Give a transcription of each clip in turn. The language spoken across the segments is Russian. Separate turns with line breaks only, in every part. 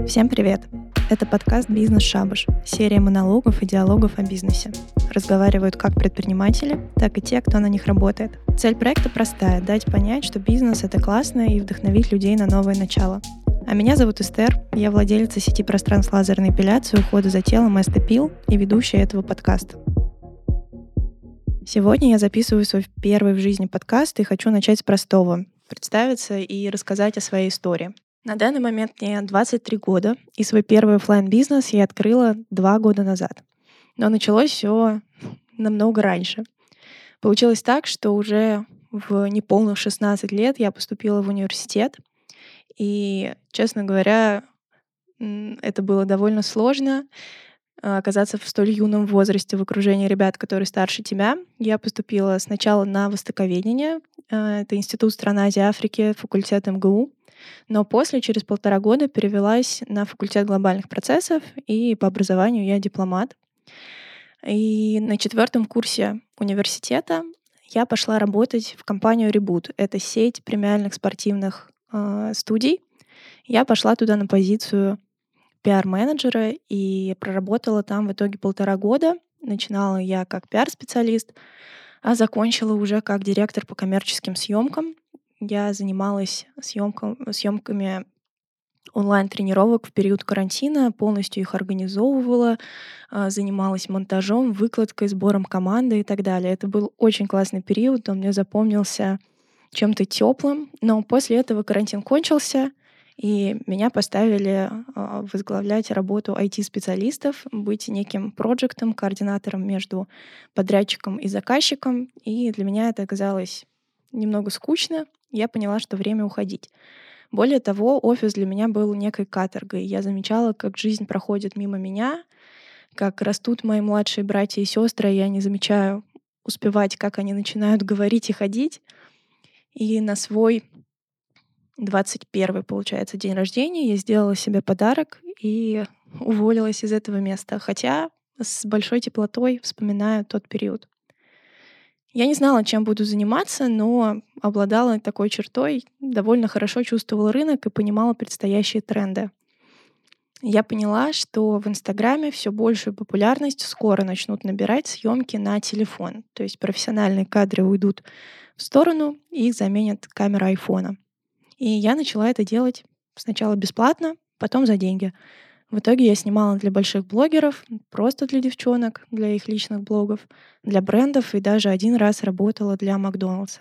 Всем привет! Это подкаст «Бизнес Шабаш», серия монологов и диалогов о бизнесе. Разговаривают как предприниматели, так и те, кто на них работает. Цель проекта простая — дать понять, что бизнес — это классно, и вдохновить людей на новое начало. А меня зовут Эстер, я владелица сети пространств лазерной эпиляции, ухода за телом Эстепил и ведущая этого подкаста. Сегодня я записываю свой первый в жизни подкаст и хочу начать с простого — представиться и рассказать о своей истории. На данный момент мне 23 года, и свой первый офлайн-бизнес я открыла 2 года назад. Но началось все намного раньше. Получилось так, что уже в неполных 16 лет я поступила в университет, и, честно говоря, это было довольно сложно оказаться в столь юном возрасте в окружении ребят, которые старше тебя. Я поступила сначала на востоковедение, это Институт стран Азии и Африки, факультет МГУ, но после, через 1,5 года, перевелась на факультет глобальных процессов, и по образованию я дипломат. И на 4 курсе университета я пошла работать в компанию Reboot. Это сеть премиальных спортивных студий. Я пошла туда на позицию пиар-менеджера и проработала там в итоге 1,5 года. Начинала я как пиар-специалист, а закончила уже как директор по коммерческим съемкам. Я занималась съемками онлайн-тренировок в период карантина, полностью их организовывала, занималась монтажом, выкладкой, сбором команды и так далее. Это был очень классный период, он мне запомнился чем-то теплым, но после этого карантин кончился, и меня поставили возглавлять работу IT-специалистов, быть неким проектом, координатором между подрядчиком и заказчиком. И для меня это оказалось немного скучно. Я поняла, что время уходить. Более того, офис для меня был некой каторгой. Я замечала, как жизнь проходит мимо меня, как растут мои младшие братья и сестры, я не замечаю успевать, как они начинают говорить и ходить. И на свой 21-й, получается, день рождения я сделала себе подарок и уволилась из этого места, хотя с большой теплотой вспоминаю тот период. Я не знала, чем буду заниматься, но обладала такой чертой, довольно хорошо чувствовала рынок и понимала предстоящие тренды. Я поняла, что в Инстаграме все большую популярность скоро начнут набирать съемки на телефон. То есть профессиональные кадры уйдут в сторону, и их заменят камера айфона. И я начала это делать сначала бесплатно, потом за деньги. В итоге я снимала для больших блогеров, просто для девчонок, для их личных блогов, для брендов и даже один раз работала для Макдоналдса.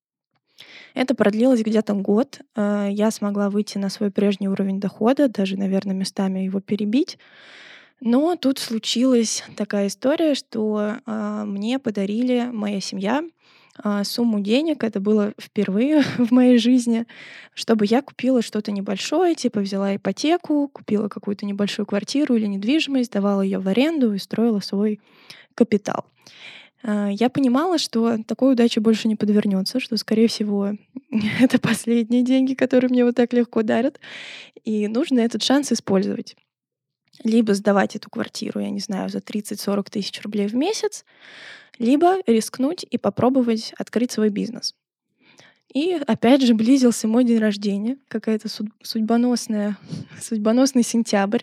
Это продлилось где-то год. Я смогла выйти на свой прежний уровень дохода, даже, наверное, местами его перебить. Но тут случилась такая история, что мне подарили моя семья сумму денег. Это было впервые в моей жизни, чтобы я купила что-то небольшое, типа взяла ипотеку, купила какую-то небольшую квартиру или недвижимость, давала ее в аренду и строила свой капитал. Я понимала, что такой удачи больше не подвернется, что, скорее всего, это последние деньги, которые мне вот так легко дарят, и нужно этот шанс использовать. Либо сдавать эту квартиру, я не знаю, за 30-40 тысяч рублей в месяц, либо рискнуть и попробовать открыть свой бизнес. И опять же близился мой день рождения, какая-то судьбоносный сентябрь.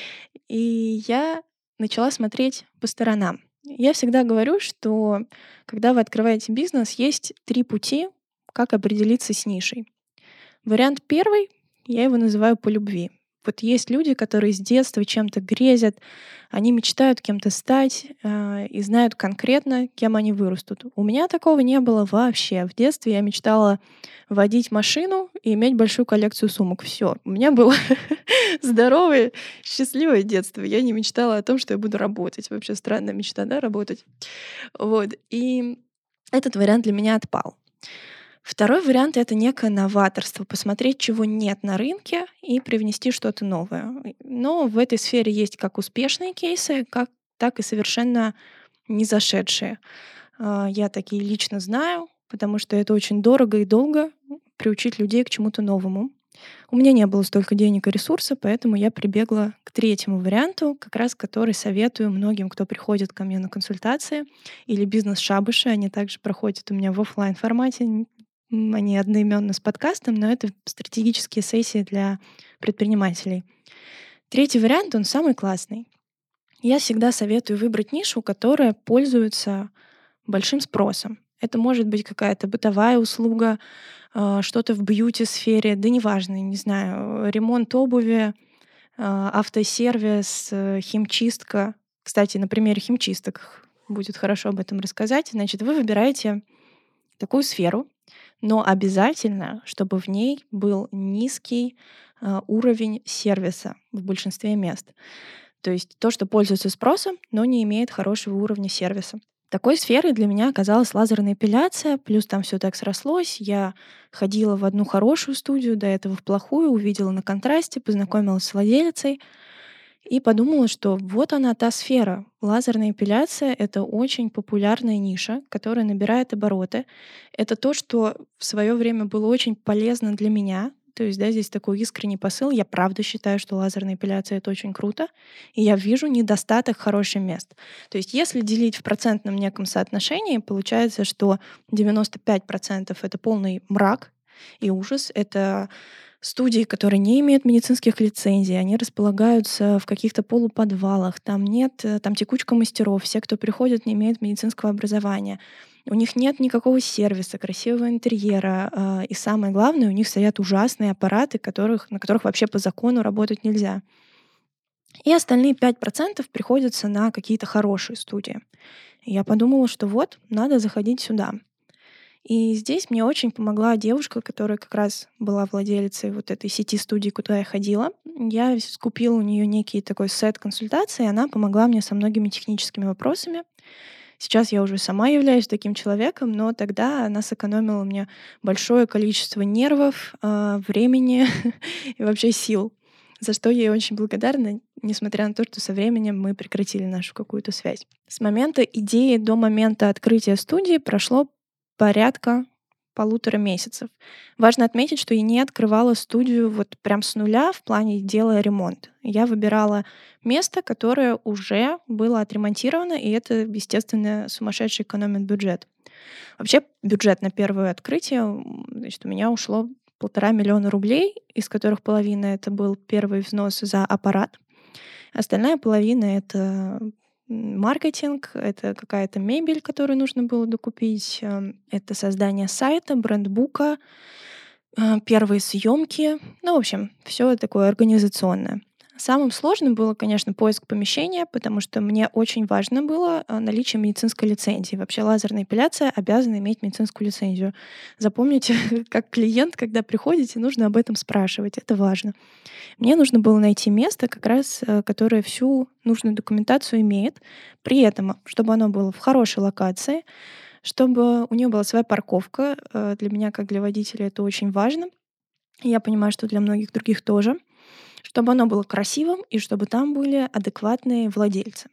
И я начала смотреть по сторонам. Я всегда говорю, что когда вы открываете бизнес, есть 3 пути, как определиться с нишей. Вариант первый, я его называю по любви. Вот есть люди, которые с детства чем-то грезят, они мечтают кем-то стать и знают конкретно, кем они вырастут. У меня такого не было вообще. В детстве я мечтала водить машину и иметь большую коллекцию сумок. Все. У меня было здоровое, счастливое детство. Я не мечтала о том, что я буду работать. Вообще странная мечта, да, работать. Вот. И этот вариант для меня отпал. Второй вариант — это некое новаторство, посмотреть, чего нет на рынке, и привнести что-то новое. Но в этой сфере есть как успешные кейсы, так и совершенно не зашедшие. Я такие лично знаю, потому что это очень дорого и долго приучить людей к чему-то новому. У меня не было столько денег и ресурсов, поэтому я прибегла к третьему варианту, как раз который советую многим, кто приходит ко мне на консультации или бизнес-шабыши. Они также проходят у меня в офлайн формате. Они одноименно с подкастом, но это стратегические сессии для предпринимателей. Третий вариант, он самый классный. Я всегда советую выбрать нишу, которая пользуется большим спросом. Это может быть какая-то бытовая услуга, что-то в бьюти-сфере, да неважно, не знаю, ремонт обуви, автосервис, химчистка. Кстати, на примере химчисток будет хорошо об этом рассказать. Значит, вы выбираете такую сферу, но обязательно, чтобы в ней был низкий уровень сервиса в большинстве мест. То есть то, что пользуется спросом, но не имеет хорошего уровня сервиса. Такой сферой для меня оказалась лазерная эпиляция, плюс там все так срослось. Я ходила в одну хорошую студию, до этого в плохую, увидела на контрасте, познакомилась с владелицей и подумала, что вот она та сфера. Лазерная эпиляция — это очень популярная ниша, которая набирает обороты. Это то, что в свое время было очень полезно для меня. То есть, да, здесь такой искренний посыл. Я правда считаю, что лазерная эпиляция — это очень круто, и я вижу недостаток хороших мест. То есть если делить в процентном неком соотношении, получается, что 95% — это полный мрак и ужас. Это студии, которые не имеют медицинских лицензий, они располагаются в каких-то полуподвалах, там нет, там текучка мастеров, все, кто приходит, не имеют медицинского образования. У них нет никакого сервиса, красивого интерьера, и самое главное, у них стоят ужасные аппараты, на которых вообще по закону работать нельзя. И остальные 5% приходятся на какие-то хорошие студии. И я подумала, что вот, надо заходить сюда. И здесь мне очень помогла девушка, которая как раз была владелицей вот этой сети студий, куда я ходила. Я скупила у нее некий такой сет консультаций, и она помогла мне со многими техническими вопросами. Сейчас я уже сама являюсь таким человеком, но тогда она сэкономила мне большое количество нервов, времени и вообще сил, за что я ей очень благодарна, несмотря на то, что со временем мы прекратили нашу какую-то связь. С момента идеи до момента открытия студии прошло порядка 1,5 месяцев. Важно отметить, что я не открывала студию вот прям с нуля в плане делая ремонт. Я выбирала место, которое уже было отремонтировано, и это, естественно, сумасшедший экономит бюджет. Вообще бюджет на первое открытие, значит, у меня ушло 1,5 миллиона рублей, из которых половина — это был первый взнос за аппарат, остальная половина — это маркетинг, это какая-то мебель, которую нужно было докупить, это создание сайта, брендбука, первые съемки. Ну, в общем, все такое организационное. Самым сложным было, конечно, поиск помещения, потому что мне очень важно было наличие медицинской лицензии. Вообще лазерная эпиляция обязана иметь медицинскую лицензию. Запомните, как клиент, когда приходите, нужно об этом спрашивать. Это важно. Мне нужно было найти место, как раз, которое всю нужную документацию имеет, при этом, чтобы оно было в хорошей локации, чтобы у нее была своя парковка. Для меня, как для водителя, это очень важно. Я понимаю, что для многих других тоже. Чтобы оно было красивым и чтобы там были адекватные владельцы.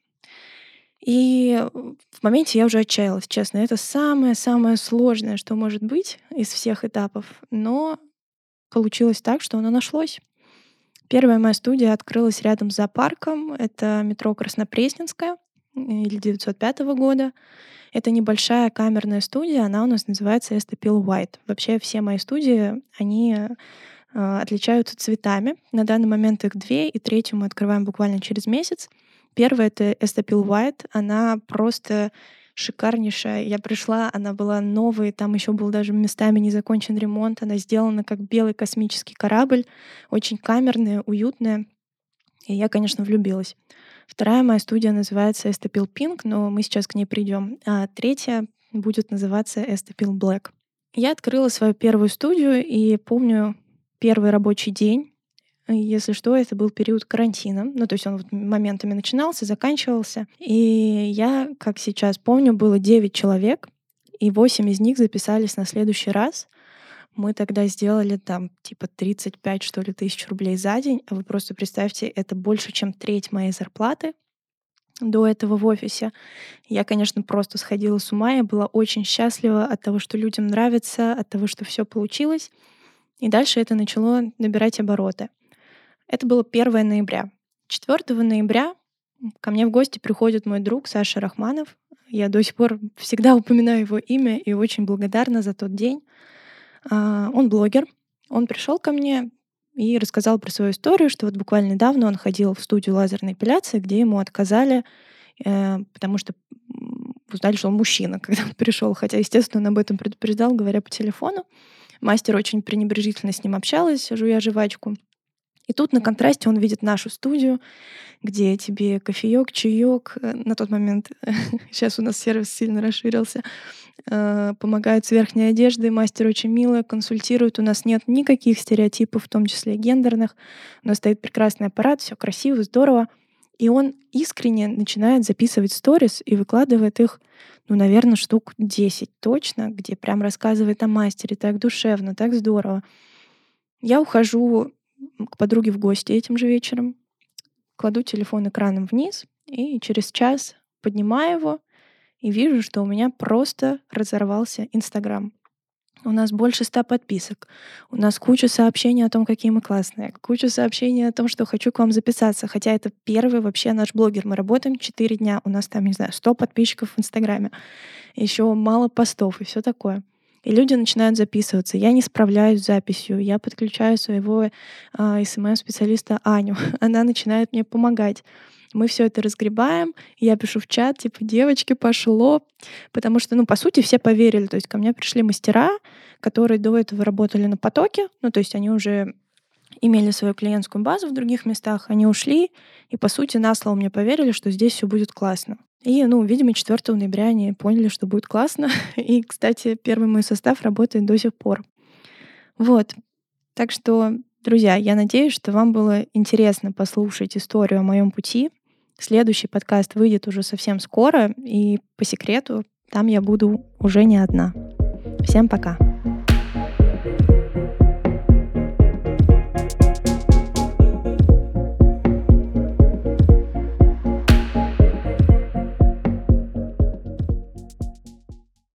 И в моменте я уже отчаялась, честно. Это самое-самое сложное, что может быть из всех этапов. Но получилось так, что оно нашлось. Первая моя студия открылась рядом с зоопарком. Это метро Краснопресненская, или 905 года. Это небольшая камерная студия, она у нас называется Estepil White. Вообще все мои студии, они отличаются цветами. На данный момент их две, и третью мы открываем буквально через месяц. Первая — это Estepil White. Она просто шикарнейшая. Я пришла, она была новой, там еще был даже местами не закончен ремонт. Она сделана как белый космический корабль, очень камерная, уютная. И я, конечно, влюбилась. Вторая моя студия называется Estepil Pink, но мы сейчас к ней придем. А третья будет называться Estepil Black. Я открыла свою первую студию и помню первый рабочий день. Если что, это был период карантина. Ну, то есть он вот моментами начинался, заканчивался. И я, как сейчас помню, было 9 человек, и 8 из них записались на следующий раз. Мы тогда сделали там типа 35, что ли, тысяч рублей за день. А вы просто представьте, это больше, чем треть моей зарплаты до этого в офисе. Я, конечно, просто сходила с ума. Я была очень счастлива от того, что людям нравится, от того, что все получилось. И дальше это начало набирать обороты. Это было 1 ноября. 4 ноября ко мне в гости приходит мой друг Саша Рахманов. Я до сих пор всегда упоминаю его имя и очень благодарна за тот день. Он блогер. Он пришел ко мне, и рассказал про свою историю, что вот буквально недавно он ходил в студию лазерной эпиляции, где ему отказали, потому что узнали, что он мужчина, когда он пришел. Хотя, естественно, он об этом предупреждал, говоря по телефону. Мастер очень пренебрежительно с ним общалась, жуя жвачку. И тут на контрасте он видит нашу студию, где тебе кофеек, чаек. На тот момент, сейчас у нас сервис сильно расширился, помогают с верхней одеждой. Мастер очень милая, консультирует. У нас нет никаких стереотипов, в том числе гендерных. У нас стоит прекрасный аппарат, все красиво, здорово. И он искренне начинает записывать сторис и выкладывает их, ну, наверное, штук 10 точно, где прям рассказывает о мастере так душевно, так здорово. Я ухожу к подруге в гости этим же вечером, кладу телефон экраном вниз и через час поднимаю его и вижу, что у меня просто разорвался Инстаграм. У нас больше 100 подписок. У нас куча сообщений о том, какие мы классные. Куча сообщений о том, что хочу к вам записаться. Хотя это первый вообще наш блогер. Мы работаем 4 дня. У нас там, не знаю, 100 подписчиков в Инстаграме. Еще мало постов и все такое. И люди начинают записываться. Я не справляюсь с записью. Я подключаю своего СММ-специалиста Аню. Она начинает мне помогать. Мы все это разгребаем. Я пишу в чат, типа, девочки, пошло. Потому что, ну, по сути, все поверили. То есть ко мне пришли мастера, которые до этого работали на потоке. Ну, то есть они уже имели свою клиентскую базу в других местах. Они ушли и, по сути, на слово мне поверили, что здесь все будет классно. И, ну, видимо, 4 ноября они поняли, что будет классно. И, кстати, первый мой состав работает до сих пор. Вот. Так что, друзья, я надеюсь, что вам было интересно послушать историю о моем пути. Следующий подкаст выйдет уже совсем скоро, и по секрету там я буду уже не одна. Всем пока!